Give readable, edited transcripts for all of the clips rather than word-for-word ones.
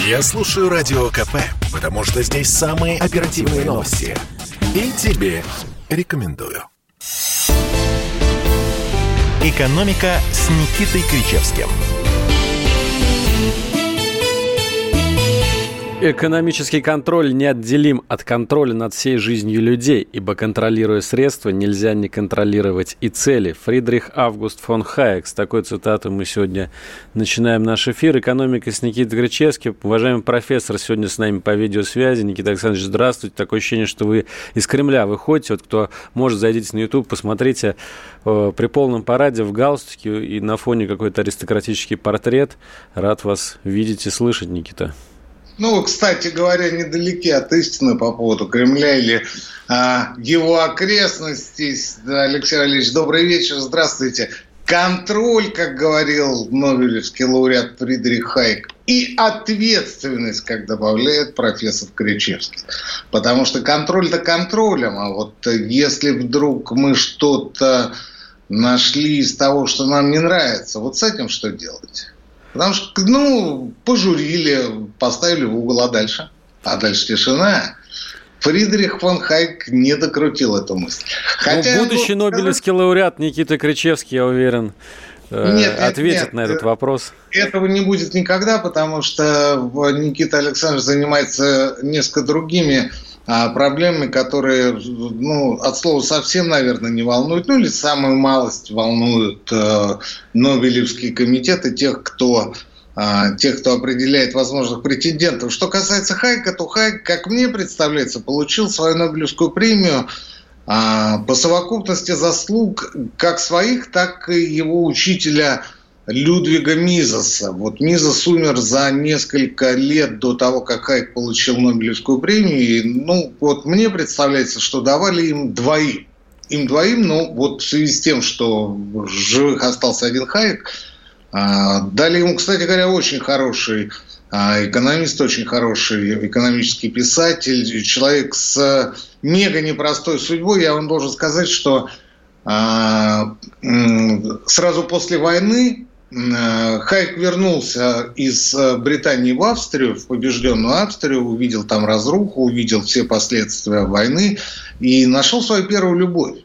Я слушаю Радио КП, потому что здесь самые оперативные новости. И тебе рекомендую. «Экономика» с Никитой Кричевским. Экономический контроль неотделим от контроля над всей жизнью людей, ибо, контролируя средства, нельзя не контролировать и цели. Фридрих Август фон Хайек. С такой цитатой мы сегодня начинаем наш эфир. «Экономика» с Никитой Кричевским. Уважаемый профессор сегодня с нами по видеосвязи. Никита Александрович, здравствуйте. Такое ощущение, что вы из Кремля выходите. Вот кто может, зайдите на YouTube, посмотрите при полном параде в галстуке и на фоне какой-то аристократический портрет. Рад вас видеть и слышать, Никита. Ну, кстати говоря, недалеки от истины по поводу Кремля или его окрестностей. Алексей Валерьевич, добрый вечер, здравствуйте. Контроль, как говорил нобелевский лауреат Фридрих Хайек, и ответственность, как добавляет профессор Кричевский. Потому что контроль-то контролем, а вот если вдруг мы что-то нашли из того, что нам не нравится, вот с этим что делать? Потому что, пожурили, поставили в угол, а дальше? А дальше тишина. Фридрих фон Хайек не докрутил эту мысль. Хотя будущий нобелевский лауреат Никита Кричевский, я уверен, ответит на этот вопрос. Этого не будет никогда, потому что Никита Александрович занимается несколько другими проблемами, которые, от слова совсем, наверное, не волнуют, или самую малость волнуют Нобелевский комитет и тех, кто определяет возможных претендентов. Что касается Хайека, то Хайек, как мне представляется, получил свою Нобелевскую премию по совокупности заслуг как своих, так и его учителя Людвига Мизеса. Вот Мизес умер за несколько лет до того, как Хайек получил Нобелевскую премию. И, мне представляется, что давали им двоим. В связи с тем, что в живых остался один Хайек, дали ему, кстати говоря, очень хороший экономист, очень хороший экономический писатель, человек с мега непростой судьбой. Я вам должен сказать, что сразу после войны Хайек вернулся из Британии в Австрию, в побежденную Австрию, увидел там разруху, увидел все последствия войны и нашел свою первую любовь.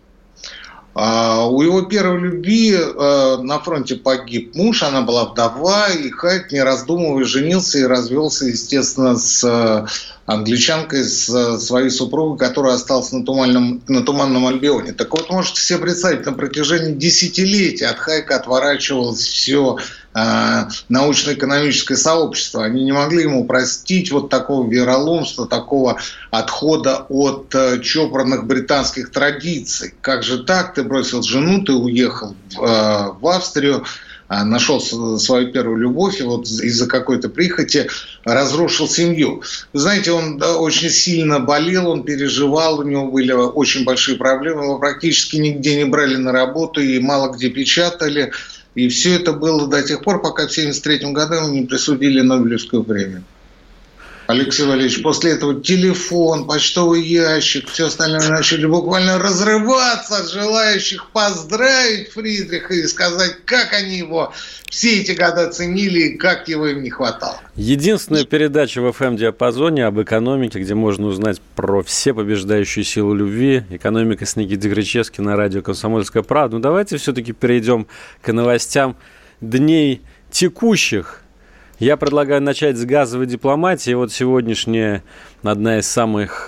У его первой любви на фронте погиб муж, она была вдова, и Хайек, не раздумывая, женился и развелся, естественно, с англичанкой, с своей супругой, которая осталась на Туманном Альбионе. Так вот, можете себе представить, на протяжении десятилетий от Хайека отворачивалось все научно-экономическое сообщество. Они не могли ему простить вот такого вероломства, такого отхода от чопорных британских традиций. Как же так? Ты бросил жену, ты уехал в Австрию, нашел свою первую любовь и вот из-за какой-то прихоти разрушил семью. Вы знаете, он очень сильно болел, он переживал, у него были очень большие проблемы, его практически нигде не брали на работу и мало где печатали. И все это было до тех пор, пока в 1973 году ему не присудили Нобелевскую премию. Алексей Валерьевич, после этого телефон, почтовый ящик, все остальное начали буквально разрываться от желающих поздравить Фридриха и сказать, как они его все эти годы ценили и как его им не хватало. Единственная передача в FM-диапазоне об экономике, где можно узнать про все побеждающие силы любви. «Экономика» с Никитой Кричевским на радио «Комсомольская правда». Давайте все-таки перейдем к новостям дней текущих. Я предлагаю начать с газовой дипломатии. Вот сегодняшняя одна из самых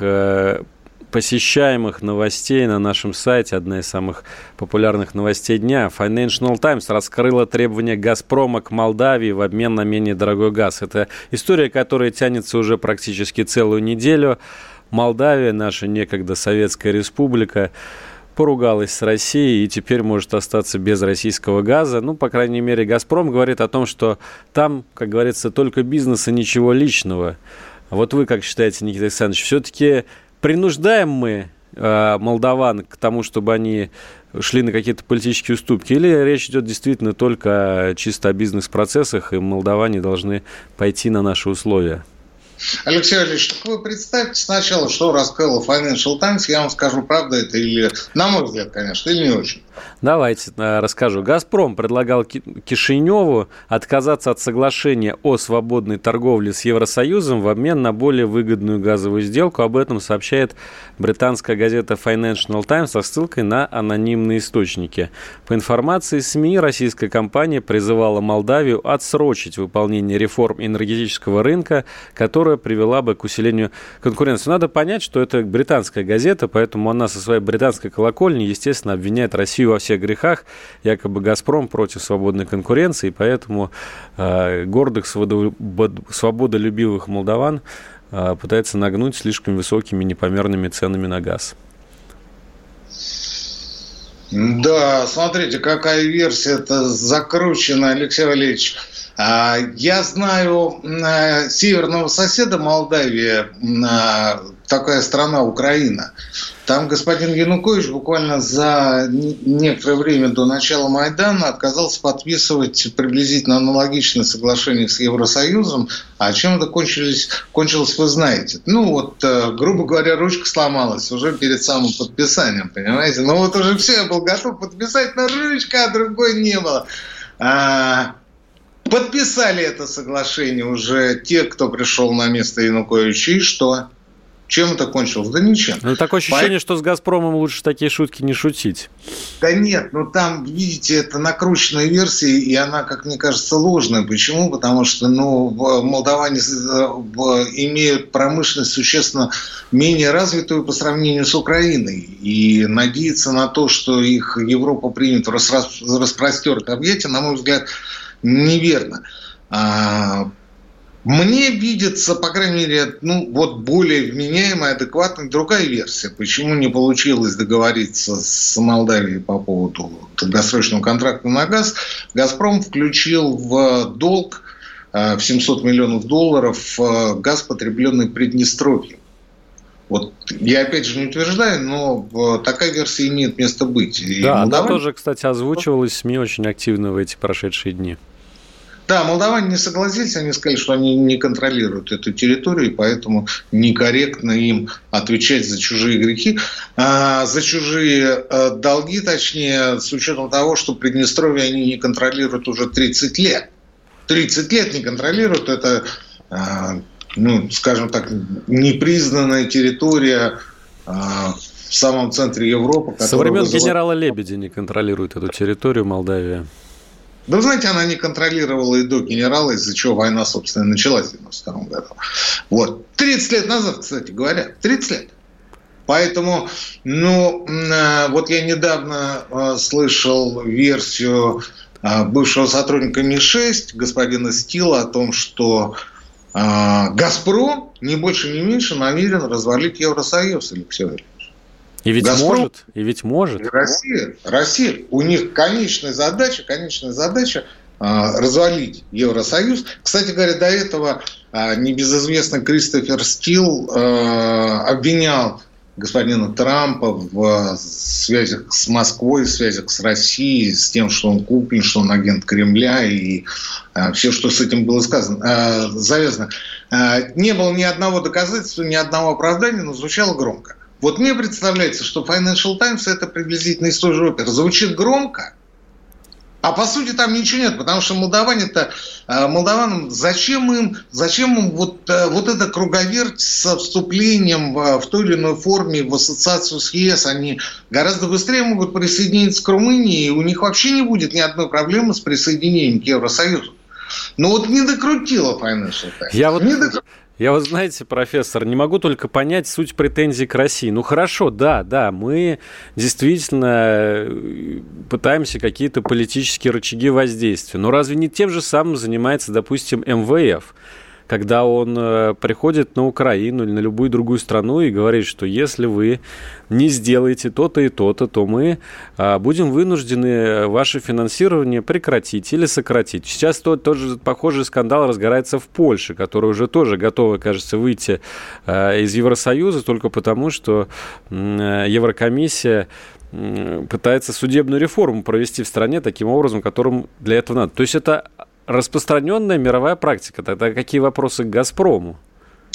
посещаемых новостей на нашем сайте, одна из самых популярных новостей дня. Financial Times раскрыла требования «Газпрома» к Молдавии в обмен на менее дорогой газ. Это история, которая тянется уже практически целую неделю. Молдавия, наша некогда Советская Республика, поругалась с Россией и теперь может остаться без российского газа. По крайней мере, «Газпром» говорит о том, что там, как говорится, только бизнес и ничего личного. А вот вы как считаете, Никита Александрович, все-таки принуждаем мы молдаван к тому, чтобы они шли на какие-то политические уступки? Или речь идет действительно только чисто о бизнес-процессах, и молдаване должны пойти на наши условия? Алексей Валерьевич, вы представьте сначала, что раскрыла Financial Times, я вам скажу, правда это или, на мой взгляд, конечно, или не очень. Давайте расскажу. «Газпром» предлагал Кишиневу отказаться от соглашения о свободной торговле с Евросоюзом в обмен на более выгодную газовую сделку. Об этом сообщает британская газета Financial Times со ссылкой на анонимные источники. По информации СМИ, российская компания призывала Молдавию отсрочить выполнение реформ энергетического рынка, которая привела бы к усилению конкуренции. Надо понять, что это британская газета, поэтому она со своей британской колокольни, естественно, обвиняет Россию во всех грехах. Якобы «Газпром» против свободной конкуренции, и поэтому гордых, свободолюбивых молдаван пытается нагнуть слишком высокими непомерными ценами на газ. Да, смотрите, какая версия-то закручена, Алексей Валерьевич. Я знаю северного соседа Молдавии, такая страна Украина. Там господин Янукович буквально за некоторое время до начала Майдана отказался подписывать приблизительно аналогичное соглашение с Евросоюзом. А чем это кончилось, вы знаете. Грубо говоря, ручка сломалась уже перед самым подписанием, понимаете? Вот уже все, я был готов подписать, но ручка, а другой не было. Подписали это соглашение уже те, кто пришел на место Януковича, и что? Чем это кончилось? Да ничем. Такое ощущение, что с «Газпромом» лучше такие шутки не шутить. Да нет, там, видите, это накрученная версия, и она, как мне кажется, ложная. Почему? Потому что, молдаване имеют промышленность существенно менее развитую по сравнению с Украиной. И надеяться на то, что их Европа примет в распростертые объятия, на мой взгляд, неверно. Мне видится, по крайней мере, более вменяемая, адекватная другая версия. Почему не получилось договориться с Молдавией по поводу долгосрочного контракта на газ? «Газпром» включил в долг в $700 миллионов газ, потребленный Приднестровьем. Я опять же не утверждаю, но такая версия имеет место быть. Да, она тоже, кстати, озвучивалась в СМИ очень активно в эти прошедшие дни. Да, молдаване не согласились, они сказали, что они не контролируют эту территорию, и поэтому некорректно им отвечать за чужие грехи, за чужие долги, точнее, с учетом того, что Приднестровье они не контролируют уже 30 лет. 30 лет не контролируют, это, скажем так, непризнанная территория в самом центре Европы. Со времен генерала Лебедя не контролирует эту территорию Молдавия. Да, вы знаете, она не контролировала и до генерала, из-за чего война, собственно, началась в 1992 году. 30 лет назад, кстати говоря, 30 лет. Поэтому, я недавно слышал версию бывшего сотрудника МИ-6, господина Стила, о том, что «Газпром» ни больше, ни меньше намерен развалить Евросоюз, Алексей Валерьевич. И ведь «Газпром», может. И Россия. У них конечная задача развалить Евросоюз. Кстати говоря, до этого небезызвестный Кристофер Стил обвинял господина Трампа в связях с Москвой, в связях с Россией, с тем, что он куплен, что он агент Кремля и все, что с этим было завязано. Не было ни одного доказательства, ни одного оправдания, но звучало громко. Мне представляется, что Financial Times это приблизительно из той же оперы. Звучит громко, а по сути там ничего нет, потому что молдаванам зачем им вот эта круговерть со вступлением в той или иной форме в ассоциацию с ЕС? Они гораздо быстрее могут присоединиться к Румынии, и у них вообще не будет ни одной проблемы с присоединением к Евросоюзу. Но не докрутила Financial Times. Я знаете, профессор, не могу только понять суть претензий к России. Хорошо, да, мы действительно пытаемся какие-то политические рычаги воздействия. Но разве не тем же самым занимается, допустим, МВФ? Когда он приходит на Украину или на любую другую страну и говорит, что если вы не сделаете то-то и то-то, то мы будем вынуждены ваше финансирование прекратить или сократить. Сейчас тот же похожий скандал разгорается в Польше, которая уже тоже готова, кажется, выйти из Евросоюза только потому, что Еврокомиссия пытается судебную реформу провести в стране таким образом, которым для этого надо. То есть это распространенная мировая практика. Тогда какие вопросы к «Газпрому»?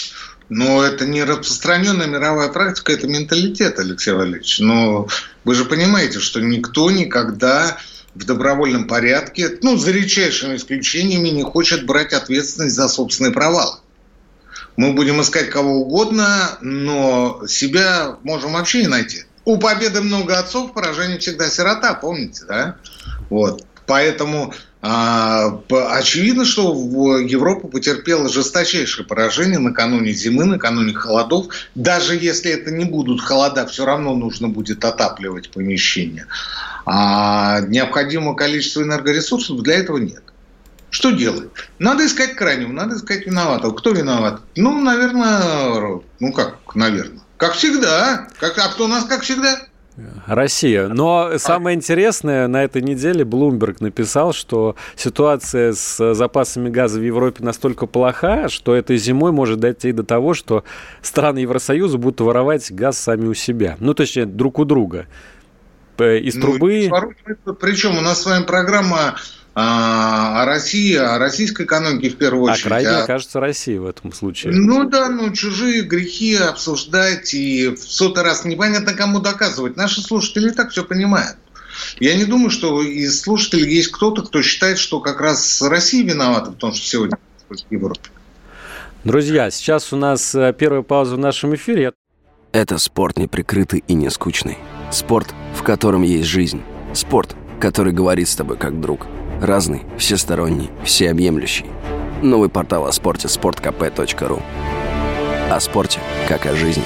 Но это не распространенная мировая практика, это менталитет, Алексей Валерьевич. Но вы же понимаете, что никто никогда в добровольном порядке, за редчайшими исключениями, не хочет брать ответственность за собственный провал. Мы будем искать кого угодно, но себя можем вообще не найти. У победы много отцов, поражение всегда сирота, помните, да? Вот. Поэтому очевидно, что Европа потерпела жесточайшее поражение накануне зимы, накануне холодов. Даже если это не будут холода, все равно нужно будет отапливать помещение. А необходимого количества энергоресурсов для этого нет. Что делать? Надо искать крайнего, надо искать виноватого. Кто виноват? Наверное, как всегда. А кто у нас как всегда? Россия. Но самое интересное, на этой неделе Bloomberg написал, что ситуация с запасами газа в Европе настолько плоха, что этой зимой может дойти до того, что страны Евросоюза будут воровать газ сами у себя. Точнее, друг у друга. Из трубы... Причем у нас с вами программа о России, о российской экономике в первую очередь. Крайне, кажется, Россия в этом случае. Чужие грехи обсуждать и в сотый раз непонятно кому доказывать. Наши слушатели и так все понимают. Я не думаю, что из слушателей есть кто-то, кто считает, что как раз Россия виновата в том, что сегодня в Европе. Друзья, сейчас у нас первая пауза в нашем эфире. Это спорт неприкрытый и не скучный. Спорт, в котором есть жизнь. Спорт, который говорит с тобой как друг. Разный, всесторонний, всеобъемлющий. Новый портал о спорте – sportkp.ru. О спорте, как о жизни.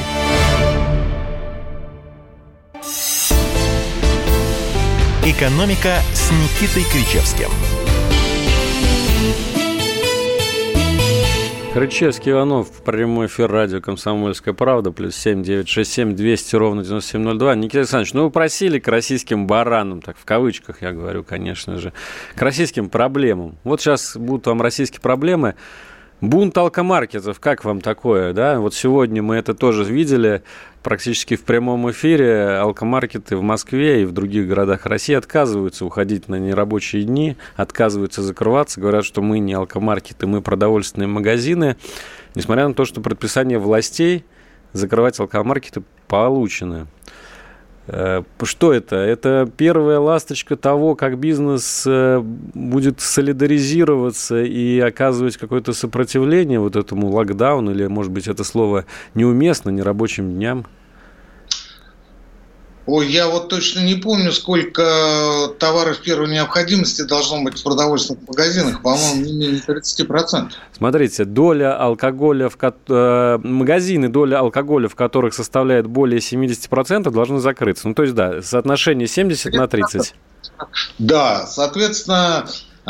«Экономика» с Никитой Кричевским. Кричевский, Иванов, прямой эфир радио «Комсомольская правда», +7 967 200 ровно 9702. Никита Александрович, вы просили к российским баранам, так в кавычках я говорю, конечно же, к российским проблемам. Вот сейчас будут вам российские проблемы. Бунт алкомаркетов, как вам такое, да? Вот сегодня мы это тоже видели практически в прямом эфире. Алкомаркеты в Москве и в других городах России отказываются уходить на нерабочие дни, отказываются закрываться, говорят, что мы не алкомаркеты, мы продовольственные магазины, несмотря на то, что предписание властей закрывать алкомаркеты получено. Что это? Это первая ласточка того, как бизнес будет солидаризироваться и оказывать какое-то сопротивление вот этому локдауну, или, может быть, это слово неуместно, нерабочим дням? Я точно не помню, сколько товаров первой необходимости должно быть в продовольственных магазинах. По-моему, не менее 30%. Смотрите, доля алкоголя, магазины, доля алкоголя, в которых составляет более 70%, должны закрыться. То есть, да, соотношение 70 на 30. Да, соответственно,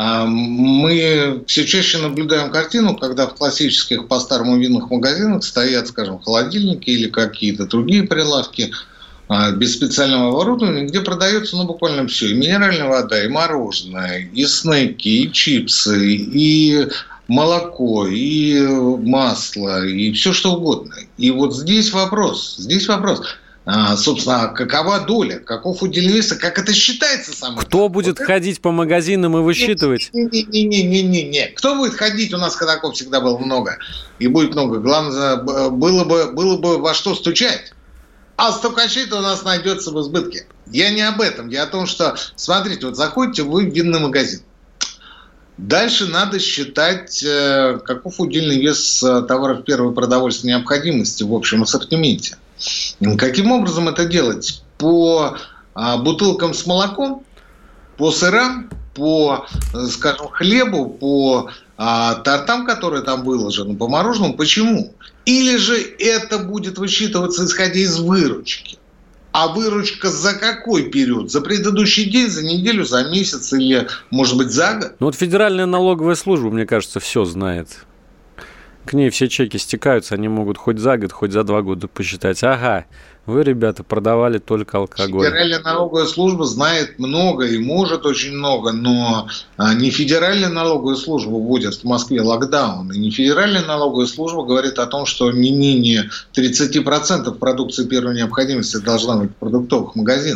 мы все чаще наблюдаем картину, когда в классических по-старому винных магазинах стоят, скажем, холодильники или какие-то другие прилавки без специального оборудования, где продается буквально все. И минеральная вода, и мороженое, и снеки, и чипсы, и молоко, и масло, и все что угодно. И вот здесь вопрос. Собственно, какова доля, каков удельный вес, как это считается самое? Кто будет ходить по магазинам и высчитывать? Не. Кто будет ходить? У нас ходаков всегда было много. И будет много. Главное, было бы во что стучать. А стукачей-то у нас найдется в избытке. Я не об этом. Я о том, что, смотрите, заходите вы в винный магазин. Дальше надо считать, каков удельный вес товаров первой продовольственной необходимости в общем ассортименте. Каким образом это делать? По бутылкам с молоком, по сырам, по, скажем, хлебу, по тортам, которые там выложены, по мороженому. Почему? Или же это будет высчитываться исходя из выручки? А выручка за какой период? За предыдущий день, за неделю, за месяц или, может быть, за год? Федеральная налоговая служба, мне кажется, все знает. К ней все чеки стекаются, они могут хоть за год, хоть за 2 года посчитать. Ага, вы, ребята, продавали только алкоголь. Федеральная налоговая служба знает много и может очень много, но не Федеральная налоговая служба вводит в Москве локдаун, и не Федеральная налоговая служба говорит о том, что не менее 30% продукции первой необходимости должна быть в продуктовых магазинах.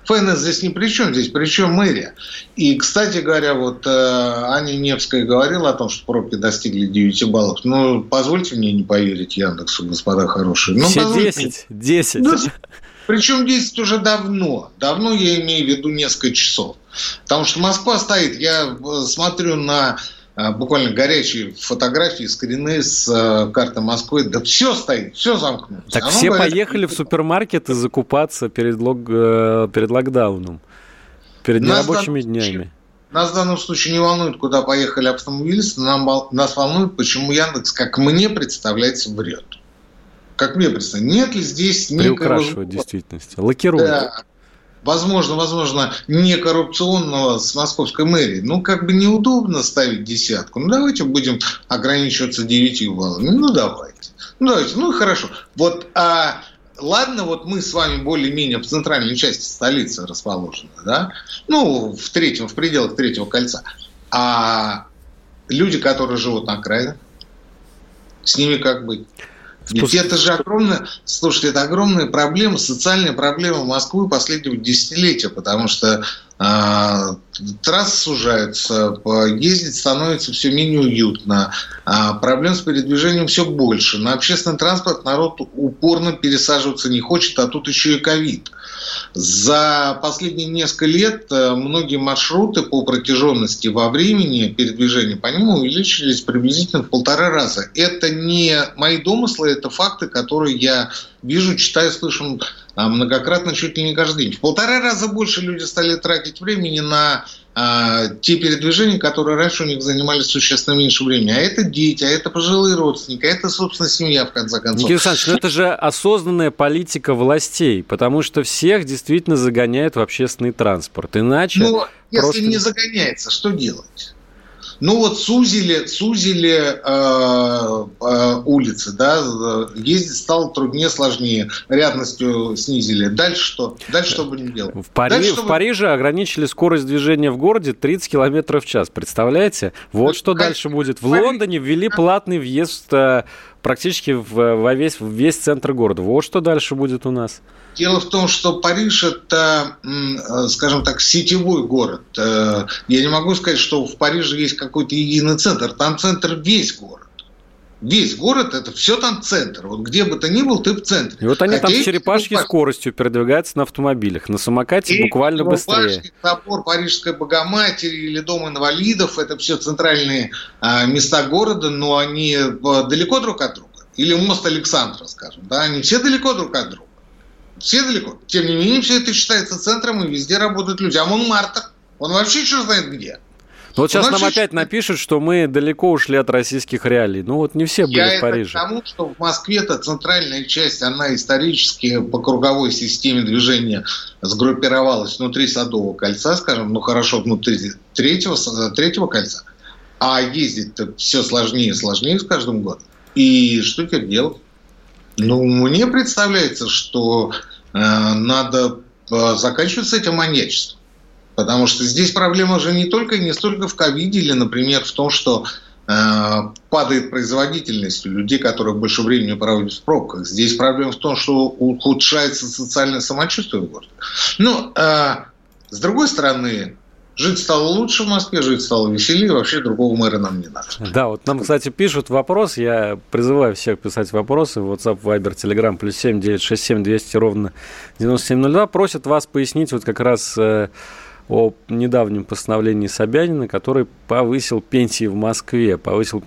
ФНС здесь ни при чем, здесь при чем мэрия. И, кстати говоря, вот Аня Невская говорила о том, что пробки достигли 9 баллов. Ну, позвольте мне не поверить Яндексу, господа хорошие. Ну, все 10. Ну, причем 10 уже давно. Давно я имею в виду несколько часов. Потому что Москва стоит, я смотрю на буквально горячие фотографии, скрины с карты Москвы. Да все стоит, все замкнулось. Так все поехали в супермаркеты закупаться перед локдауном, перед нерабочими днями. Нас в данном случае не волнует, куда поехали автомобилисты, нас волнует, почему Яндекс, как мне представляется, врет. Как мне представляется, нет ли здесь некого... Приукрашивает действительность, лакирует. Да. Возможно, не коррупционного с московской мэрией. Ну, как бы неудобно ставить 10. Ну, давайте будем ограничиваться 9 баллами. Ну, давайте. Ну, хорошо. Вот, ладно, вот мы с вами более-менее в центральной части столицы расположены, да? Ну, в пределах третьего кольца. А люди, которые живут на окраинах, с ними как быть? Ведь это же это огромная проблема, социальная проблема Москвы последнего десятилетия, потому что трассы сужаются, ездить становится все менее уютно, проблем с передвижением все больше. На общественный транспорт народ упорно пересаживаться не хочет, а тут еще и ковид. За последние несколько лет многие маршруты по протяженности во времени передвижения по нему увеличились приблизительно в 1,5 раза. Это не мои домыслы, это факты, которые я вижу, читаю, слышу многократно, чуть ли не каждый день. В 1,5 раза больше люди стали тратить времени на те передвижения, которые раньше у них занимали существенно меньше времени. А это дети, а это пожилые родственники, а это, собственно, семья, в конце концов. Никита Александрович, это же осознанная политика властей, потому что всех действительно загоняют в общественный транспорт. Иначе... Если не загоняется, что делать? Ну вот сузили улицы, да, ездить стало труднее, сложнее, рядностью снизили. Дальше что? Дальше что будем делать? В Париже ограничили скорость движения в городе 30 км в час, представляете? Вот что дальше будет. В Лондоне ввели платный въезд практически во весь центр города. Вот что дальше будет у нас. Дело в том, что Париж – это, скажем так, сетевой город. Я не могу сказать, что в Париже есть какой-то единый центр. Там центр весь город. Весь город – это все там центр. Вот где бы ты ни был, ты в центре. И вот они там с черепашьей скоростью передвигаются на автомобилях. На самокате буквально быстрее. Собор Парижской Богоматери или Дом инвалидов – это все центральные места города, но они далеко друг от друга. Или мост Александра, скажем. Да? Они все далеко друг от друга. Все далеко. Тем не менее, все это считается центром, и везде работают люди. А Монмартр, он вообще черт знает где. Вот сейчас нам опять напишут, что мы далеко ушли от российских реалий. Ну вот не все были в Париже. Я это к тому, что в Москве-то центральная часть, она исторически по круговой системе движения сгруппировалась внутри Садового кольца, скажем, ну хорошо, внутри третьего кольца. А ездить-то все сложнее и сложнее с каждым годом. И что теперь делать? Ну, мне представляется, что надо заканчивать с этим маньячеством. Потому что здесь проблема же не столько в ковиде или, например, в том, что падает производительность у людей, которые больше времени проводят в пробках. Здесь проблема в том, что ухудшается социальное самочувствие в городе. Но, с другой стороны, жить стало лучше в Москве, жить стало веселее, вообще другого мэра нам не надо. Да, вот нам, кстати, пишут вопрос, я призываю всех писать вопросы, WhatsApp, Viber, Telegram, +7 967 200 ровно 9702, просят вас пояснить вот как раз о недавнем постановлении Собянина, который повысил пенсии в Москве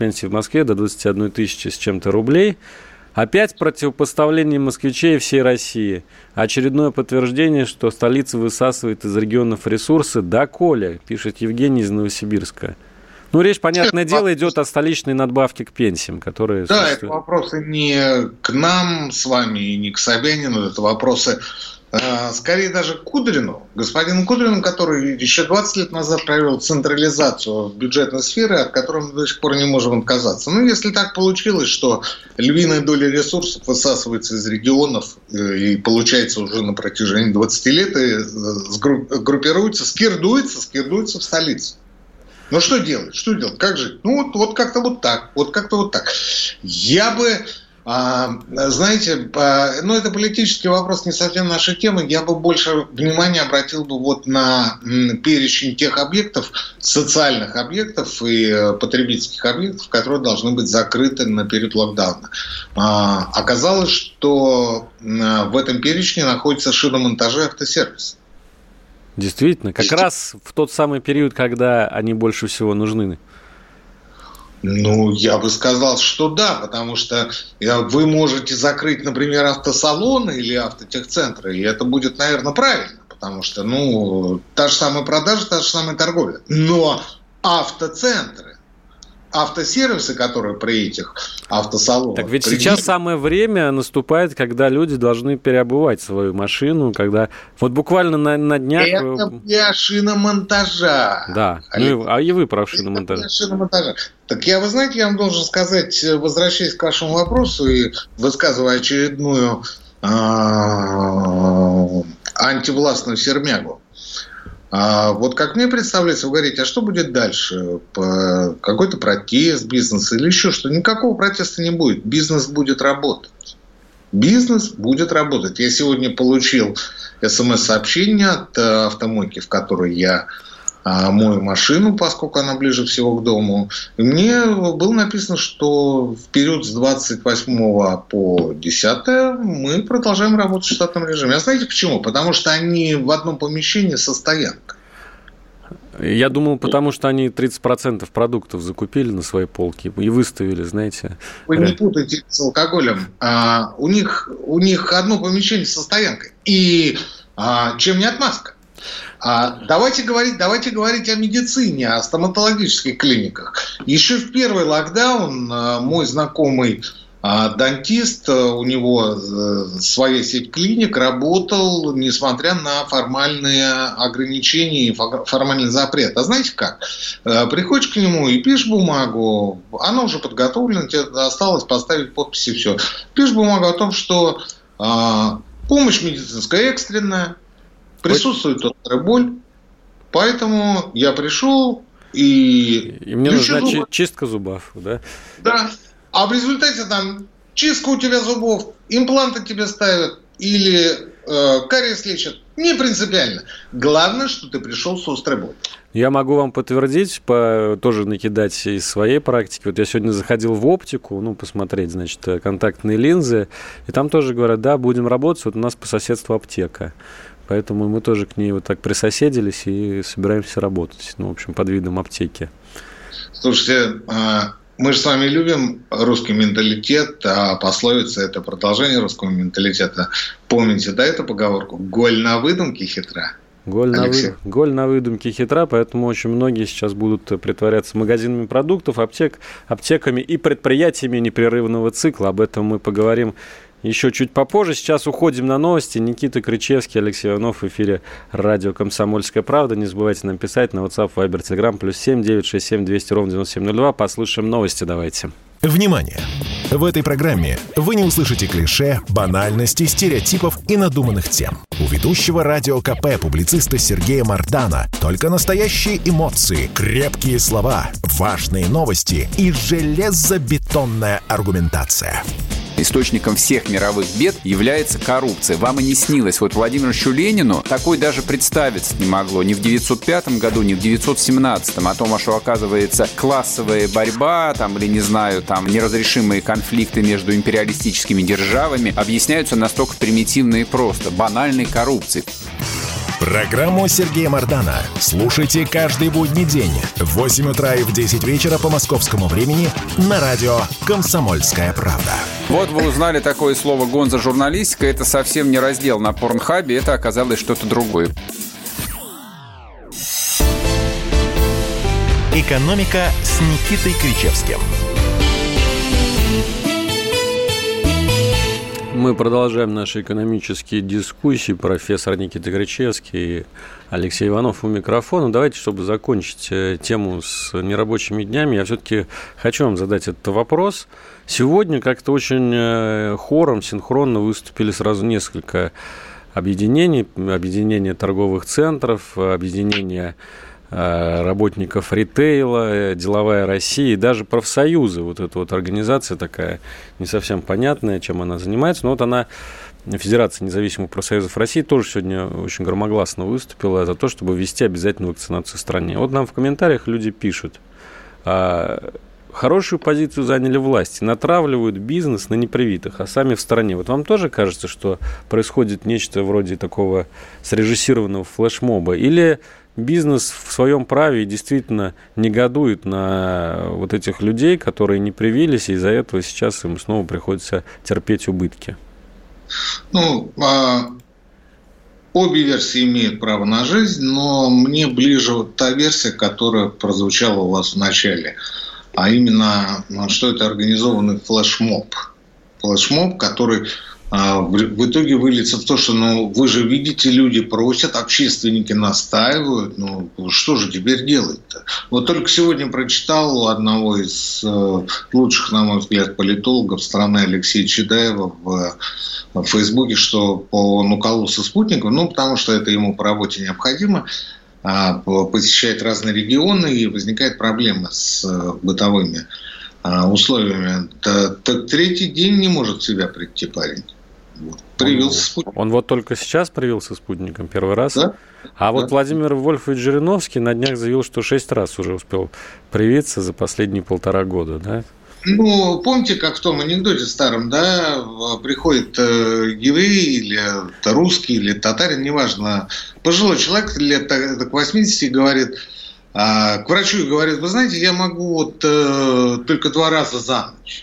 до 21 тысячи с чем-то рублей. Опять противопоставление москвичей всей России. Очередное подтверждение, что столица высасывает из регионов ресурсы. Доколе, пишет Евгений из Новосибирска. Ну, речь, понятное дело, идет о столичной надбавке к пенсиям, которые... Да, это вопросы не к нам с вами и не к Собянину, это вопросы... Скорее даже к Кудрину, господину Кудрину, который еще 20 лет назад провел централизацию бюджетной сферы, от которой мы до сих пор не можем отказаться. Ну, если так получилось, что львиная доля ресурсов высасывается из регионов и получается уже на протяжении 20 лет и группируется, скирдуется в столице. Ну, что делать? Как жить? Ну, вот как-то вот так. Я бы Знаете, это политический вопрос, не совсем нашей темы. Я бы больше внимания обратил бы вот на перечень тех объектов, социальных объектов и потребительских объектов, которые должны быть закрыты на период локдауна. Оказалось, что в этом перечне находятся шиномонтажи и автосервис. Действительно, как раз в тот самый период, когда они больше всего нужны. Я бы сказал, что да, потому что вы можете закрыть, например, автосалоны или автотехцентры, и это будет, наверное, правильно, потому что, та же самая продажа, та же самая торговля. Но автоцентры, автосервисы, которые при этих автосалонах... Так ведь сейчас самое время наступает, когда люди должны переобувать свою а буквально на днях... Это для шиномонтажа. Да, и вы про шиномонтаж. Это для шиномонтажа. Так вы знаете, я вам должен сказать, возвращаясь к вашему вопросу и высказывая очередную антивластную сермягу. Вот как мне представляется, вы говорите, а что будет дальше? Какой-то протест бизнеса или еще что? Никакого протеста не будет. Бизнес будет работать. Бизнес будет работать. Я сегодня получил СМС-сообщение от автомойки, в которой я мою машину, поскольку она ближе всего к дому. И мне было написано, что в период с 28 по 10 мы продолжаем работать в штатном режиме. А знаете почему? Потому что они в одном помещении со стоянкой. Я думал, потому что они 30% продуктов закупили на свои полки и выставили, знаете. Вы не путайте с алкоголем. У них одно помещение со стоянкой. И чем не отмазка? Давайте говорить о медицине, о стоматологических клиниках. Еще в первый локдаун мой знакомый дантист, у него своя сеть клиник, работал, несмотря на формальные ограничения и формальный запрет. А знаете как? Приходишь к нему и пишешь бумагу, она уже подготовлена, тебе осталось поставить подпись и все. Пишешь бумагу о том, что помощь медицинская экстренная, присутствует острая боль, поэтому я пришел и мне нужна чистка зубов, да? Да. А в результате там чистка у тебя зубов, импланты тебе ставят или кариес лечат. Не принципиально. Главное, что ты пришел с острой болью. Я могу вам подтвердить, тоже накидать из своей практики. Вот я сегодня заходил в оптику, посмотреть, значит, контактные линзы, и там тоже говорят, да, будем работать, вот у нас по соседству аптека. Поэтому мы тоже к ней вот так присоседились и собираемся работать, в общем, под видом аптеки. Слушайте, мы же с вами любим русский менталитет, а пословица – это продолжение русского менталитета. Помните, да, эту поговорку? «Голь на выдумке хитра». Голь на выдумке хитра, поэтому очень многие сейчас будут притворяться магазинами продуктов, аптеками и предприятиями непрерывного цикла. Об этом мы поговорим еще чуть попозже. Сейчас уходим на новости. Никита Кричевский, Алексей Иванов в эфире радио «Комсомольская правда». Не забывайте нам писать на WhatsApp, Viber, Telegram, +7 967 200 9702. Послушаем новости, давайте. Внимание! В этой программе вы не услышите клише, банальностей, стереотипов и надуманных тем. У ведущего радио КП публициста Сергея Мардана только настоящие эмоции, крепкие слова, важные новости и железобетонная аргументация. Источником всех мировых бед является коррупция. Вам и не снилось. Вот Владимиру Ильичу Ленину такой даже представиться не могло. Ни в 905 году, ни в 917. О том, что, оказывается, классовая борьба, или, не знаю, неразрешимые конфликты между империалистическими державами объясняются настолько примитивно и просто. Банальной коррупцией. Программу Сергея Мардана слушайте каждый будний день в 8 утра и в 10 вечера по московскому времени на радио «Комсомольская правда». Вот вы узнали такое слово «гонзо-журналистика». Это совсем не раздел на Порнхабе, это оказалось что-то другое. «Экономика» с Никитой Кричевским. Мы продолжаем наши экономические дискуссии. Профессор Никита Кричевский и Алексей Иванов у микрофона. Давайте, чтобы закончить тему с нерабочими днями, я все-таки хочу вам задать этот вопрос. Сегодня как-то очень хором, синхронно выступили сразу несколько объединений. Объединение торговых центров, объединение работников ритейла, «Деловая Россия» и даже профсоюзы. Вот эта вот организация такая не совсем понятная, чем она занимается. Но вот она, Федерация независимых профсоюзов России, тоже сегодня очень громогласно выступила за то, чтобы ввести обязательную вакцинацию в стране. Вот нам в комментариях люди пишут: хорошую позицию заняли власти, натравливают бизнес на непривитых, а сами в стороне. Вот вам тоже кажется, что происходит нечто вроде такого срежиссированного флешмоба? Или бизнес в своем праве действительно негодует на вот этих людей, которые не привились, и из-за этого сейчас им снова приходится терпеть убытки? Обе версии имеют право на жизнь, но мне ближе вот та версия, которая прозвучала у вас в начале. А именно, что это организованный флешмоб. Флешмоб, который в итоге выльется в то, что, вы же видите, люди просят, общественники настаивают, что же теперь делать-то? Вот только сегодня прочитал у одного из лучших, на мой взгляд, политологов страны Алексея Чедаева в Фейсбуке, что по кололся спутником, потому что это ему по работе необходимо, посещает разные регионы, и возникает проблема с бытовыми условиями. Так третий день не может в себя прийти парень. Привился спутник. Он вот только сейчас привился спутником, первый раз? Да. Вот Владимир Вольфович Жириновский на днях заявил, что 6 раз уже успел привиться за последние 1,5 года, да? Помните, как в том анекдоте старом, да, приходит еврей или русский, или татарин, неважно, пожилой человек лет к 80 и говорит к врачу и говорит: вы знаете, я могу только 2 раза за ночь.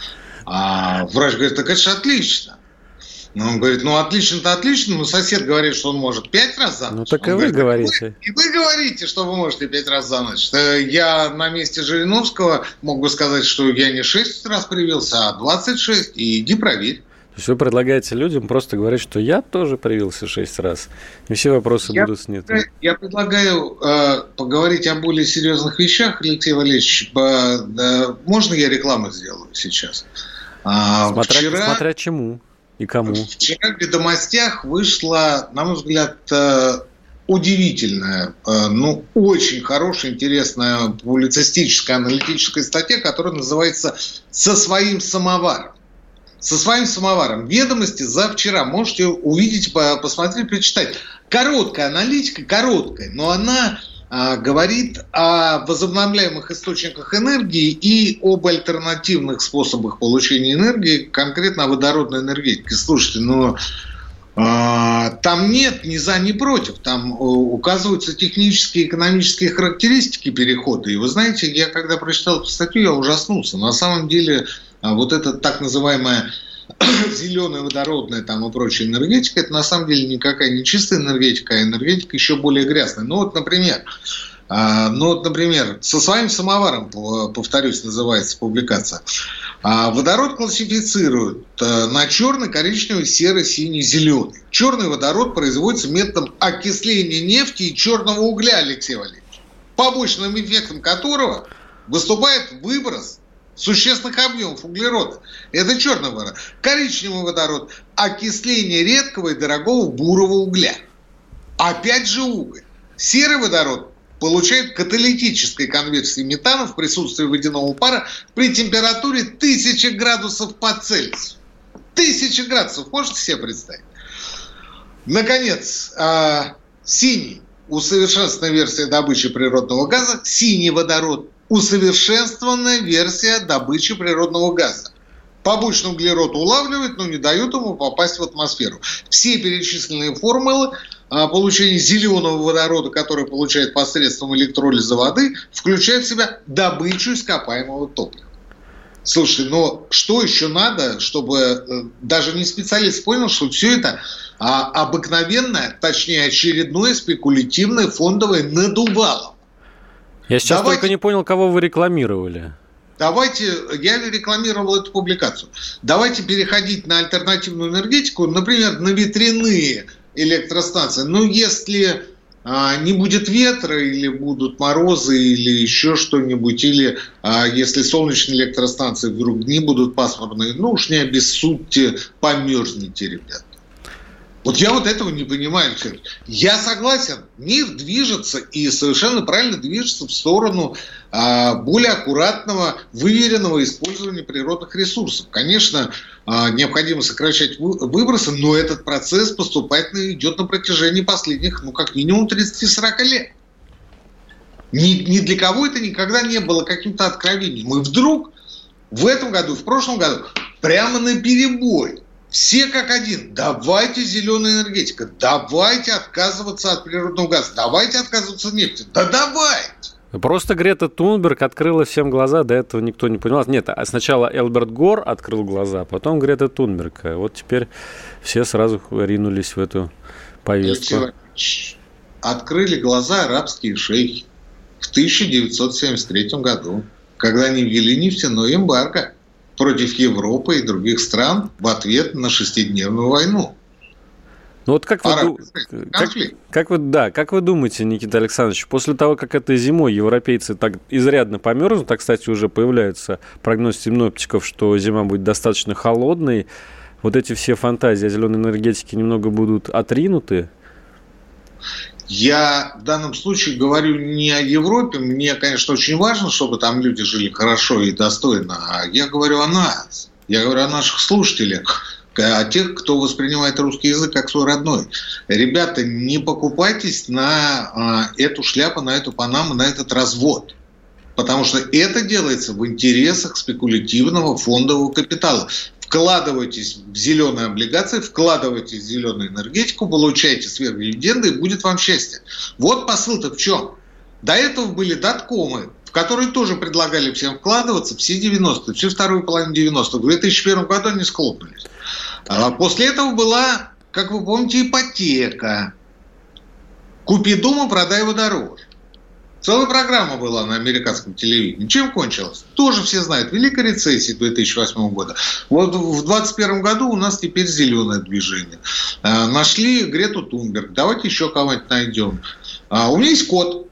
А врач говорит: так это же отлично. Он говорит: отлично-то отлично, но сосед говорит, что он может 5 раз за ночь. Так и вы говорите. И вы говорите, что вы можете 5 раз за ночь. Я на месте Жириновского мог бы сказать, что я не 6 раз привился, а 26, и иди проверь. То есть вы предлагаете людям просто говорить, что я тоже привился 6 раз, и все вопросы будут сняты. Я предлагаю поговорить о более серьезных вещах, Алексей Валерьевич. Можно я рекламу сделаю сейчас? Смотря чему и кому. Вчера в «Ведомостях» вышла, на мой взгляд, удивительная, очень хорошая, интересная публицистическая, аналитическая статья, которая называется «Со своим самоваром». Со своим самоваром. «Ведомости» за вчера. Можете увидеть, посмотреть, прочитать. Короткая аналитика, но она говорит о возобновляемых источниках энергии и об альтернативных способах получения энергии, конкретно о водородной энергетике. Слушайте, там нет ни за, ни против. Там указываются технические и экономические характеристики перехода. И вы знаете, я когда прочитал эту статью, я ужаснулся. На самом деле, вот эта так называемая зеленая, водородная и прочая энергетика, это на самом деле никакая не чистая энергетика, а энергетика еще более грязная. Например, «Со своим самоваром», повторюсь, называется публикация. Водород классифицируют на черный, коричневый, серый, синий, зеленый. Черный водород производится методом окисления нефти и черного угля, Алексей Валерьевич, побочным эффектом которого выступает выброс существенных объемов углерода. Это черный водород. Коричневый водород – окисление редкого и дорогого бурого угля. Опять же уголь. Серый водород получает каталитической конверсии метана в присутствии водяного пара при температуре 1000 градусов по Цельсию. 1000 градусов, можете себе представить? Наконец, синий – усовершенствованная версия добычи природного газа. Синий водород – усовершенствованная версия добычи природного газа. Побочный углерод улавливает, но не дает ему попасть в атмосферу. Все перечисленные формулы получения зеленого водорода, который получает посредством электролиза воды, включают в себя добычу ископаемого топлива. Слушайте, что еще надо, чтобы даже не специалист понял, что все это обыкновенное, точнее очередное спекулятивное фондовое надувало. Я сейчас только не понял, кого вы рекламировали. Я рекламировал эту публикацию. Давайте переходить на альтернативную энергетику, например, на ветряные электростанции. Если не будет ветра, или будут морозы, или еще что-нибудь, или если солнечные электростанции вдруг не будут пасмурные, уж не обессудьте, померзнете, ребята. Вот я вот этого не понимаю, Алексей. Я согласен, мир движется и совершенно правильно движется в сторону более аккуратного, выверенного использования природных ресурсов. Конечно, необходимо сокращать выбросы, но этот процесс поступательно идет на протяжении последних, как минимум 30-40 лет. Ни для кого это никогда не было каким-то откровением. И вдруг в этом году, в прошлом году, прямо наперебой, все как один, давайте зеленая энергетика, давайте отказываться от природного газа, давайте отказываться от нефти, да давайте. Просто Грета Тунберг открыла всем глаза, до этого никто не понимал. Нет, сначала Элберт Гор открыл глаза, потом Грета Тунберг. Вот теперь все сразу ринулись в эту повестку. Открыли глаза арабские шейхи в 1973 году, когда они ввели нефтяное эмбарго против Европы и других стран в ответ на 6-дневную войну. Ну вот как вы думаете, Никита Александрович, после того, как этой зимой европейцы так изрядно померзнут, так, кстати, уже появляются прогнозы синоптиков, что зима будет достаточно холодной, вот эти все фантазии о зеленой энергетике немного будут отринуты? Я в данном случае говорю не о Европе. Мне, конечно, очень важно, чтобы там люди жили хорошо и достойно. А я говорю о нас. Я говорю о наших слушателях, о тех, кто воспринимает русский язык как свой родной. Ребята, не покупайтесь на эту шляпу, на эту панаму, на этот развод. Потому что это делается в интересах спекулятивного фондового капитала. Вкладывайтесь в зеленые облигации, вкладывайтесь в зеленую энергетику, получайте сверхдивиденды, и будет вам счастье. Вот посыл-то в чем. До этого были доткомы, в которые тоже предлагали всем вкладываться все 90-е, всю вторую половину 90-х. В 2001 году они схлопнулись. А после этого была, как вы помните, ипотека. Купи дом и продай его дороже. Целая программа была на американском телевидении. Чем кончилось? Тоже все знают. Великая рецессия 2008 года. Вот в 2021 году у нас теперь зеленое движение. Нашли Грету Тунберг. Давайте еще кого-нибудь найдем. У меня есть кот.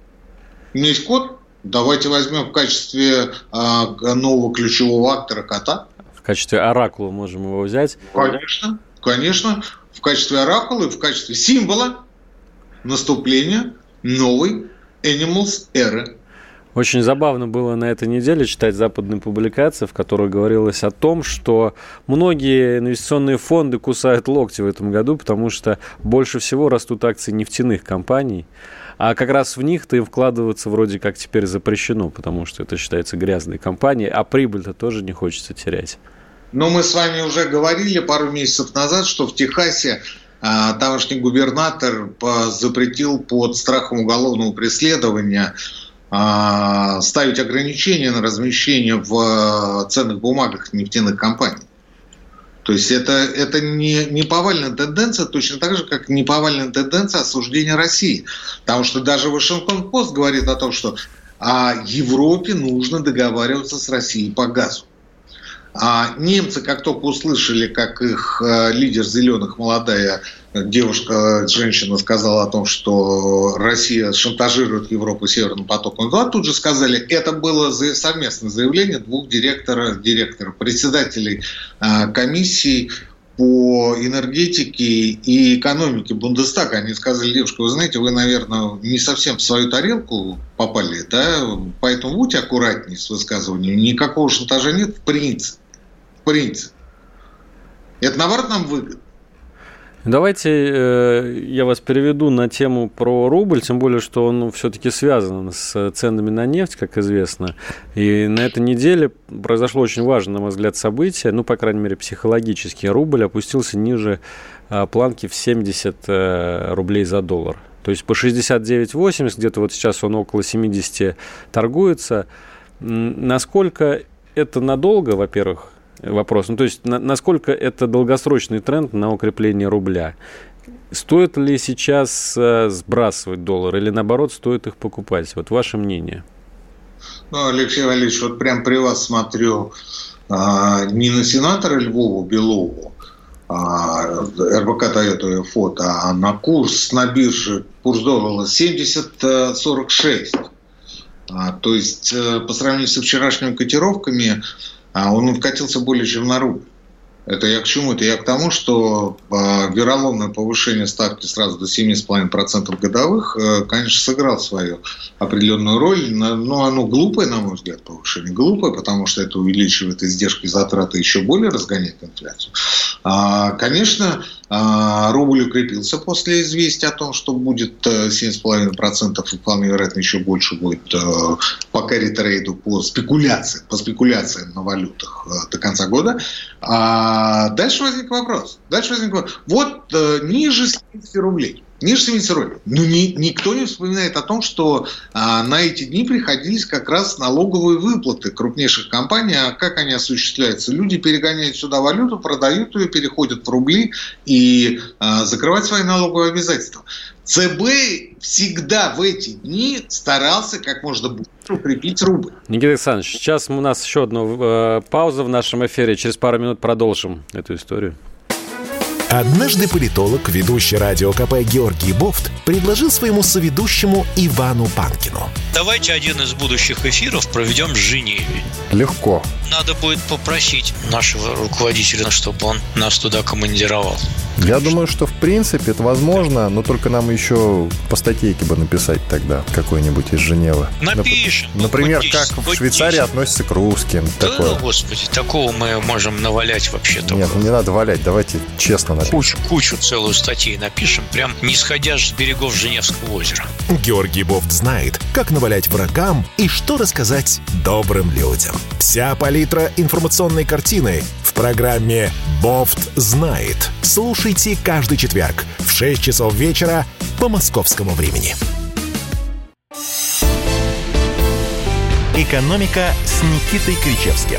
Давайте возьмем в качестве нового ключевого актора кота. В качестве оракула можем его взять? Конечно. В качестве оракула и в качестве символа наступления новой Animals эры. Очень забавно было на этой неделе читать западные публикации, в которых говорилось о том, что многие инвестиционные фонды кусают локти в этом году, потому что больше всего растут акции нефтяных компаний, а как раз в них-то и вкладываться вроде как теперь запрещено, потому что это считается грязной компанией, а прибыль-то тоже не хочется терять. Но мы с вами уже говорили пару месяцев назад, что в Техасе тамошний губернатор запретил под страхом уголовного преследования ставить ограничения на размещение в ценных бумагах нефтяных компаний. То есть это не повальная тенденция, точно так же, как не повальная тенденция осуждения России. Потому что даже Вашингтон-Пост говорит о том, что Европе нужно договариваться с Россией по газу. А немцы, как только услышали, как их лидер зеленых, молодая девушка, женщина, сказала о том, что Россия шантажирует Европу Северным потоком-2, тут же сказали, это было совместное заявление двух директоров, председателей комиссий по энергетике и экономике Бундестага. Они сказали, девушка, вы знаете, вы, наверное, не совсем в свою тарелку попали, да? Поэтому будьте аккуратнее с высказыванием. Никакого шантажа нет в принципе. Это, наоборот, нам выгодно. Давайте я вас переведу на тему про рубль, тем более, что он все-таки связан с ценами на нефть, как известно. И на этой неделе произошло очень важное, на мой взгляд, событие, по крайней мере, психологически. Рубль опустился ниже планки в 70 рублей за доллар. То есть по 69,80, где-то вот сейчас он около 70 торгуется. Насколько это надолго, во-первых, вопрос. То есть, насколько это долгосрочный тренд на укрепление рубля? Стоит ли сейчас сбрасывать доллар или, наоборот, стоит их покупать? Вот ваше мнение. Алексей Валерьевич, вот прям при вас смотрю не на сенатора Львову Белову, РБК Тойота фото, а на курс на бирже, курс доллара 70,46. То есть, по сравнению со вчерашними котировками, он вкатился более чем на рубль. Это я к чему? Это я к тому, что вероломное повышение ставки сразу до 7,5% годовых, конечно, сыграло свою определенную роль, но оно глупое, на мой взгляд, повышение. Глупое, потому что это увеличивает издержки и затраты, еще более разгоняет инфляцию. Конечно, рубль укрепился после известия о том, что будет 7,5%, и вполне вероятно еще больше будет по carry-трейду, по спекуляциям на валютах до конца года. Дальше возник вопрос. Вот ниже 70 рублей. Ниже 70 рублей. Но никто не вспоминает о том, что на эти дни приходились как раз налоговые выплаты крупнейших компаний. А как они осуществляются? Люди перегоняют сюда валюту, продают ее, переходят в рубли и закрывают свои налоговые обязательства. ЦБ всегда в эти дни старался как можно больше укрепить рубль. Никита Александрович, сейчас у нас еще одна пауза в нашем эфире. Через пару минут продолжим эту историю. Однажды политолог, ведущий радио КП Георгий Бофт, предложил своему соведущему Ивану Панкину: давайте один из будущих эфиров проведем в Женеве. Легко. Надо будет попросить нашего руководителя, чтобы он нас туда командировал. Я думаю, что в принципе это возможно, но только нам еще по статейке бы написать тогда какой-нибудь из Женевы. Напишем. Например, как в Швейцарии относятся к русским. Да, такое. Господи, такого мы можем навалять вообще-то. Нет, не надо валять, давайте честно напишем. Кучу целую статей напишем, прям не сходя с берегов Женевского озера. Георгий Бофт знает, как навалять врагам и что рассказать добрым людям. Вся палитра информационной картины в программе «Бофт знает». Слушайте каждый четверг в 6 часов вечера по московскому времени. «Экономика» с Никитой Кричевским.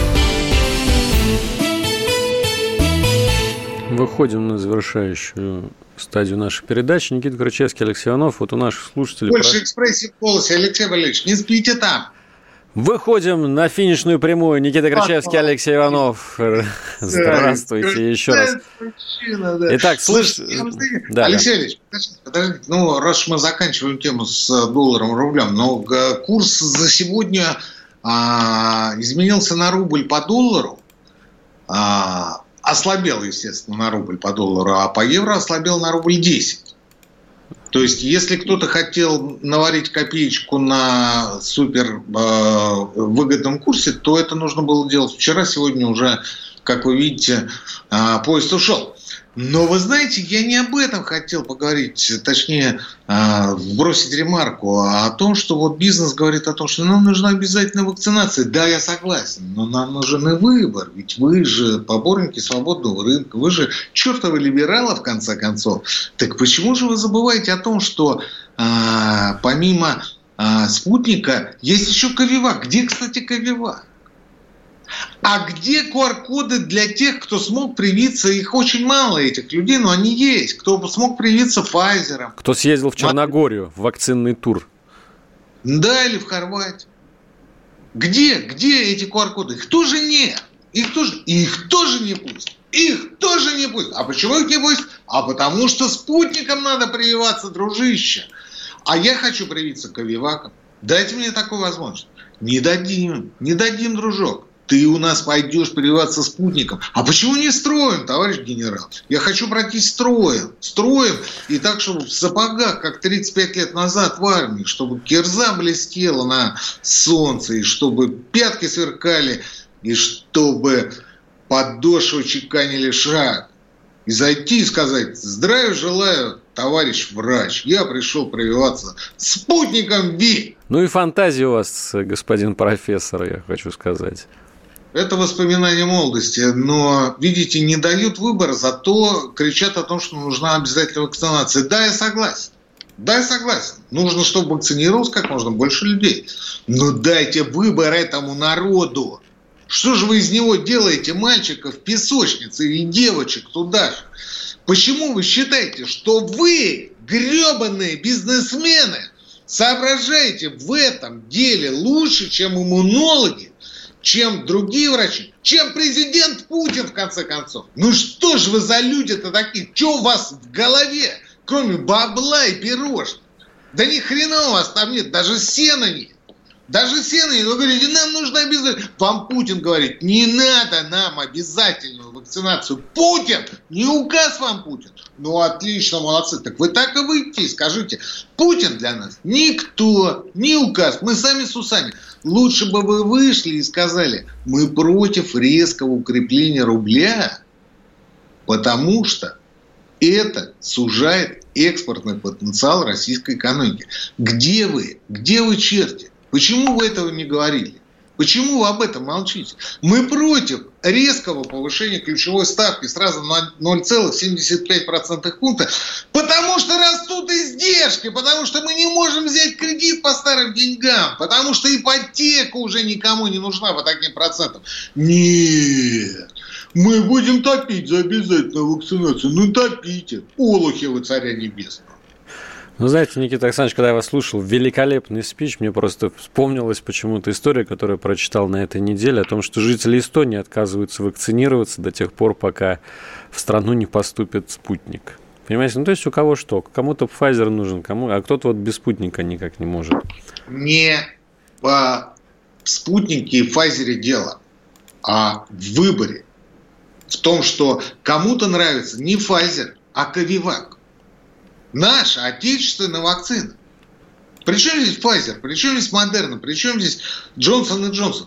Выходим на завершающую стадию нашей передачи. Никита Кричевский, Алексей Иванов. Вот у наших слушателей... Больше экспрессии в голосе, Алексей Валерьевич. Не спите там. Выходим на финишную прямую. Никита Кричевский, Алексей Иванов. Здравствуйте еще раз. Итак, да. Алексей Ильич, подождите. Ну, раз уж мы заканчиваем тему с долларом, рублем, но курс за сегодня изменился на рубль по доллару. Ослабел, естественно, на рубль по доллару, а по евро ослабел на рубль 10. То есть, если кто-то хотел наварить копеечку на супер выгодном курсе, то это нужно было делать вчера. Сегодня уже, как вы видите, поезд ушел. Но вы знаете, я не об этом хотел поговорить, точнее, бросить ремарку, а о том, что вот бизнес говорит о том, что нам нужна обязательно вакцинация. Да, я согласен, но нам нужен и выбор, ведь вы же поборники свободного рынка, вы же чертовы либералы, в конце концов. Так почему же вы забываете о том, что помимо спутника есть еще Ковивак? Где, кстати, Ковивак? А где QR-коды для тех, кто смог привиться? Их очень мало, этих людей, но они есть. Кто смог привиться Pfizer. Кто съездил в Черногорию в вакцинный тур. Да, или в Хорватию. Где эти QR-коды? Их тоже нет. Их тоже не пустят. Их тоже не пустят. А почему их не пустят? А потому что спутникам надо прививаться, дружище. А я хочу привиться Ковиваком. Дайте мне такую возможность. Не дадим, дружок. Ты у нас пойдешь прививаться спутником. А почему не строим, товарищ генерал? Я хочу пройти строем, и так, чтобы в сапогах, как 35 лет назад в армии, чтобы кирза блестела на солнце, и чтобы пятки сверкали, и чтобы подошвы чеканили шаг. И зайти и сказать: здравия желаю, товарищ врач, я пришел прививаться спутником ВИ. Ну и фантазия у вас, господин профессор, я хочу сказать. Это воспоминания молодости, но, видите, не дают выбора, зато кричат о том, что нужна обязательная вакцинация. Да, я согласен. Нужно, чтобы вакцинировалось как можно больше людей. Но дайте выбор этому народу. Что же вы из него делаете, мальчиков в песочнице или девочек туда же? Почему вы считаете, что вы, гребаные бизнесмены, соображаете в этом деле лучше, чем иммунологи, чем другие врачи, чем президент Путин, в конце концов? Ну что ж вы за люди-то такие? Что у вас в голове, кроме бабла и пирожных? Да ни хрена у вас там нет, даже сена нет. Даже Сенатор, вы говорите, нам нужно обязательно. Вам Путин говорит, не надо нам обязательную вакцинацию. Путин! Не указ вам Путин. Ну, отлично, молодцы. Так вы так и выйдите и скажите, Путин для нас никто, не указ. Мы сами с усами. Лучше бы вы вышли и сказали, мы против резкого укрепления рубля, потому что это сужает экспортный потенциал российской экономики. Где вы? Где вы, черти? Почему вы этого не говорили? Почему вы об этом молчите? Мы против резкого повышения ключевой ставки сразу на 0,75% пункта, потому что растут издержки, потому что мы не можем взять кредит по старым деньгам, потому что ипотека уже никому не нужна по таким процентам. Нет, мы будем топить за обязательную вакцинацию. Ну топите, олухи вы царя небесного. Ну, знаете, Никита Александрович, когда я вас слушал, великолепный спич, мне просто вспомнилась почему-то история, которую я прочитал на этой неделе, о том, что жители Эстонии отказываются вакцинироваться до тех пор, пока в страну не поступит спутник. Понимаете, ну, то есть у кого что? Кому-то Pfizer нужен, а кто-то вот без спутника никак не может. Не по спутнике и Pfizer дело, а в выборе. В том, что кому-то нравится не Pfizer, а Covivac. Наша отечественная вакцина. Причем здесь Pfizer, причем здесь Moderna, причем здесь Johnson & Johnson.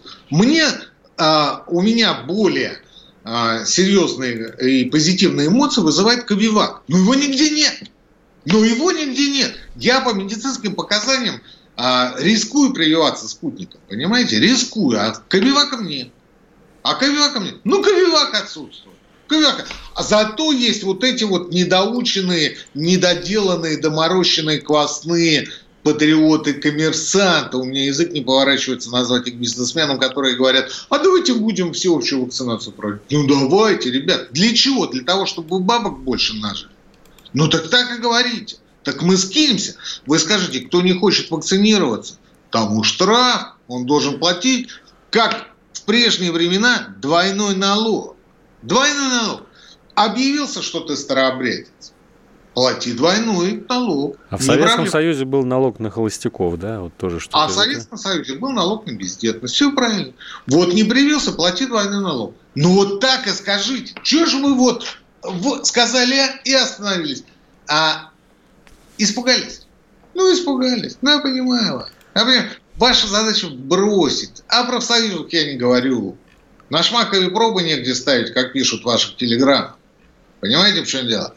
У меня более серьезные и позитивные эмоции вызывает Covivac. Но его нигде нет. Я по медицинским показаниям рискую прививаться спутником. Понимаете? Рискую. А Covivac нет. Ну, Covivac отсутствует. А зато есть вот эти вот недоученные, недоделанные, доморощенные, квасные патриоты-коммерсанты. У меня язык не поворачивается назвать их бизнесменам, которые говорят, а давайте будем всеобщую вакцинацию проводить. Ну давайте, ребят. Для чего? Для того, чтобы бабок больше нажили. Ну так и говорите. Так мы скинемся. Вы скажете, кто не хочет вакцинироваться, тому штраф, он должен платить, как в прежние времена, двойной налог. Объявился, что ты старообрядец, плати двойной налог. А в Советском Союзе был налог на холостяков, да? Вот тоже что-то. А в Советском Союзе был налог на бездетность. Все правильно. Вот не привился, плати двойной налог. Ну вот так и скажите. Чего же вы сказали и остановились? Испугались. Испугались. Я понимаю. Ваша задача бросить. О профсоюзах я не говорю. На Шмакове пробы негде ставить, как пишут в ваших телеграммах. Понимаете, в чем дело?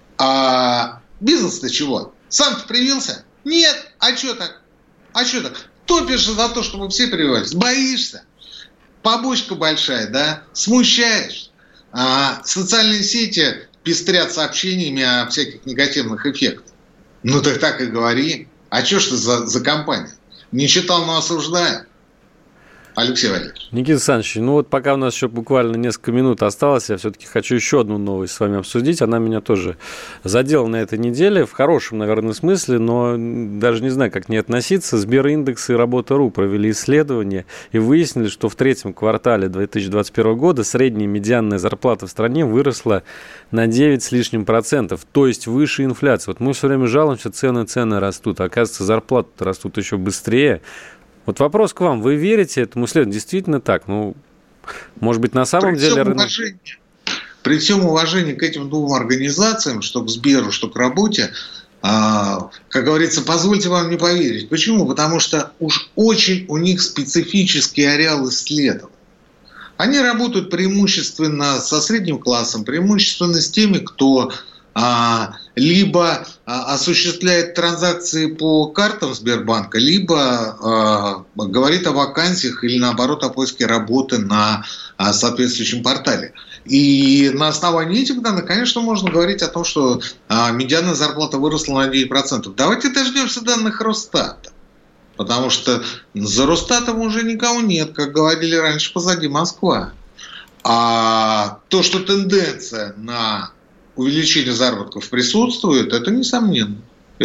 А бизнес-то чего? Сам-то привился? Нет. А что так? Топишь за то, чтобы все прививались. Боишься. Побочка большая, да? Смущаешь. Социальные сети пестрят сообщениями о всяких негативных эффектах. Ну так и говори. А что ж ты за компания? Не читал, но осуждаю. Алексей Валерьевич. Никита Александрович, пока у нас еще буквально несколько минут осталось, я все-таки хочу еще одну новость с вами обсудить. Она меня тоже задела на этой неделе, в хорошем, наверное, смысле, но даже не знаю, как к ней относиться. Сбериндекс и Работа.ру провели исследование и выяснили, что в третьем квартале 2021 года средняя медианная зарплата в стране выросла на 9 с лишним процентов, то есть выше инфляции. Вот мы все время жалуемся, цены растут, а оказывается, зарплаты растут еще быстрее. Вот вопрос к вам. Вы верите этому исследованию? Действительно так? Может быть, на самом деле... При всем уважении к этим двум организациям, что к Сберу, что к Работе, как говорится, позвольте вам не поверить. Почему? Потому что уж очень у них специфический ареал исследований. Они работают преимущественно со средним классом, преимущественно с теми, кто... либо осуществляет транзакции по картам Сбербанка, либо говорит о вакансиях или, наоборот, о поиске работы на соответствующем портале. И на основании этих данных, конечно, можно говорить о том, что медианная зарплата выросла на 9%. Давайте дождемся данных Росстата. Потому что за Росстатом уже никого нет, как говорили раньше, позади Москва. А то, что тенденция на увеличение заработков присутствует, это несомненно.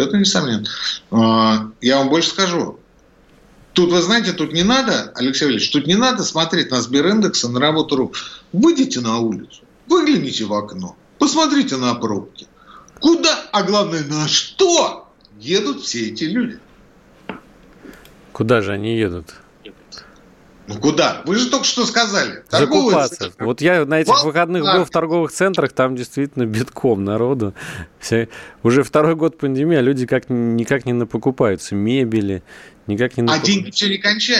Я вам больше скажу. Тут, вы знаете, тут не надо, Алексей Валерьевич, тут не надо смотреть на Сбериндекс и на Работу.ру. Выйдите на улицу, выгляните в окно, посмотрите на пробки. Куда, а главное, на что едут все эти люди? Куда же они едут? Ну куда? Вы же только что сказали. Закупаться. Вот я на этих выходных был в торговых центрах, там действительно битком народу. Уже второй год пандемии, а люди никак не напокупаются. Мебели, никак не напокупаются. А деньги все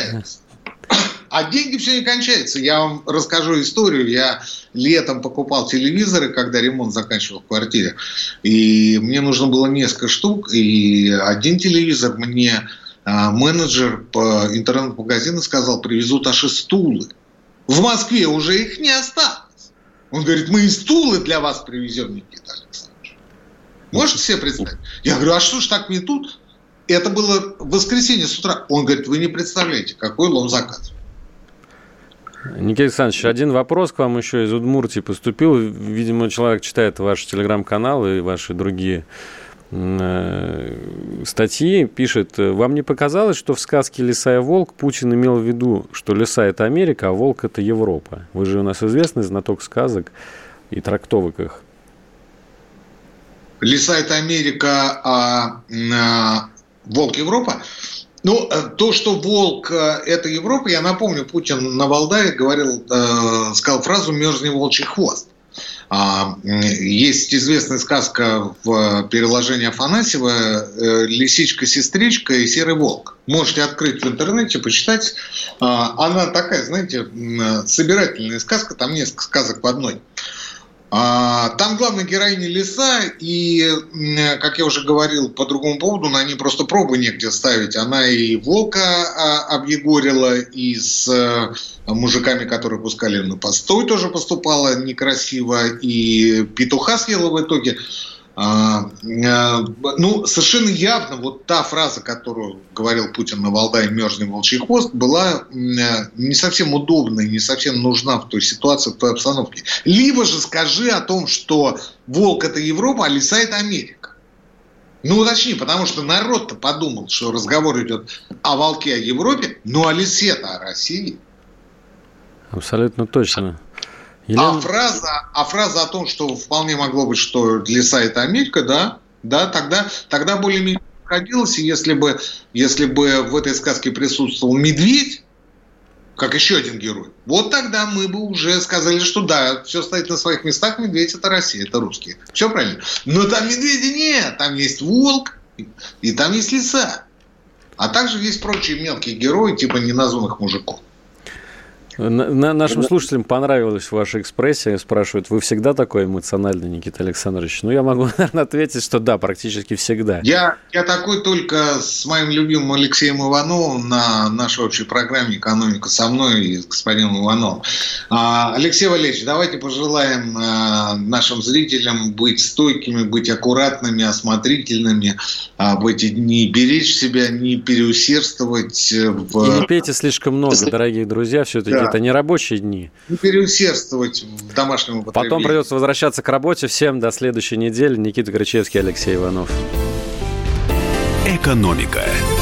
не кончаются. Я вам расскажу историю. Я летом покупал телевизоры, когда ремонт заканчивал в квартире. И мне нужно было несколько штук. И один телевизор мне менеджер по интернет-магазину сказал, привезут аж и стулы. В Москве уже их не осталось. Он говорит, мы и стулы для вас привезем, Никита Александрович. Можете себе представить? Я говорю, а что ж так не тут? Это было в воскресенье с утра. Он говорит, вы не представляете, какой лом заказ. Никита Александрович, один вопрос к вам еще из Удмуртии поступил. Видимо, человек читает ваш телеграм-канал и ваши другие статьи, пишет: вам не показалось, что в сказке «Лиса и волк» Путин имел в виду, что лиса – это Америка, а волк – это Европа? Вы же у нас известный знаток сказок и трактовок их. Лиса – это Америка, а волк – Европа? Ну, то, что волк – это Европа, я напомню, Путин на Валдае сказал фразу «мерзни волчий хвост». Есть известная сказка в переложении Афанасьева «Лисичка-сестричка и серый волк». Можете открыть в интернете, почитать. Она такая, знаете, собирательная сказка, там несколько сказок в одной. Там главная героиня лиса, и, как я уже говорил, по другому поводу, на ней просто пробы негде ставить. Она и волка объегорила, и с мужиками, которые пускали на постой, тоже поступала некрасиво, и петуха съела в итоге. Ну, совершенно явно вот та фраза, которую говорил Путин на Валдае «мерзни волчий хвост», была не совсем удобна и не совсем нужна в той ситуации, в той обстановке. Либо же скажи о том, что волк – это Европа, а лиса – это Америка. Ну, уточни, потому что народ-то подумал, что разговор идет о волке, о Европе, ну, а лисе-то о России. Абсолютно точно. А фраза о том, что вполне могло быть, что лиса – это Америка, да, тогда более-менее находилось, и если бы в этой сказке присутствовал медведь, как еще один герой, вот тогда мы бы уже сказали, что да, все стоит на своих местах, медведь – это Россия, это русские. Все правильно. Но там медведя нет, там есть волк, и там есть лиса. А также есть прочие мелкие герои, типа неназванных мужиков. Нашим слушателям понравилась ваша экспрессия. Спрашивают, вы всегда такой эмоциональный, Никита Александрович? Ну, я могу, наверное, ответить, что да, практически всегда. Я такой только с моим любимым Алексеем Ивановым на нашей общей программе «Экономика со мной» и с господином Ивановым. Алексей Валерьевич, давайте пожелаем нашим зрителям быть стойкими, быть аккуратными, осмотрительными в эти дни, беречь себя, не переусердствовать. И не пейте слишком много, дорогие друзья, все-таки. Это не рабочие дни. Не переусердствовать в домашнем употреблении. Потом придется возвращаться к работе. Всем до следующей недели. Никита Кричевский, Алексей Иванов. Экономика.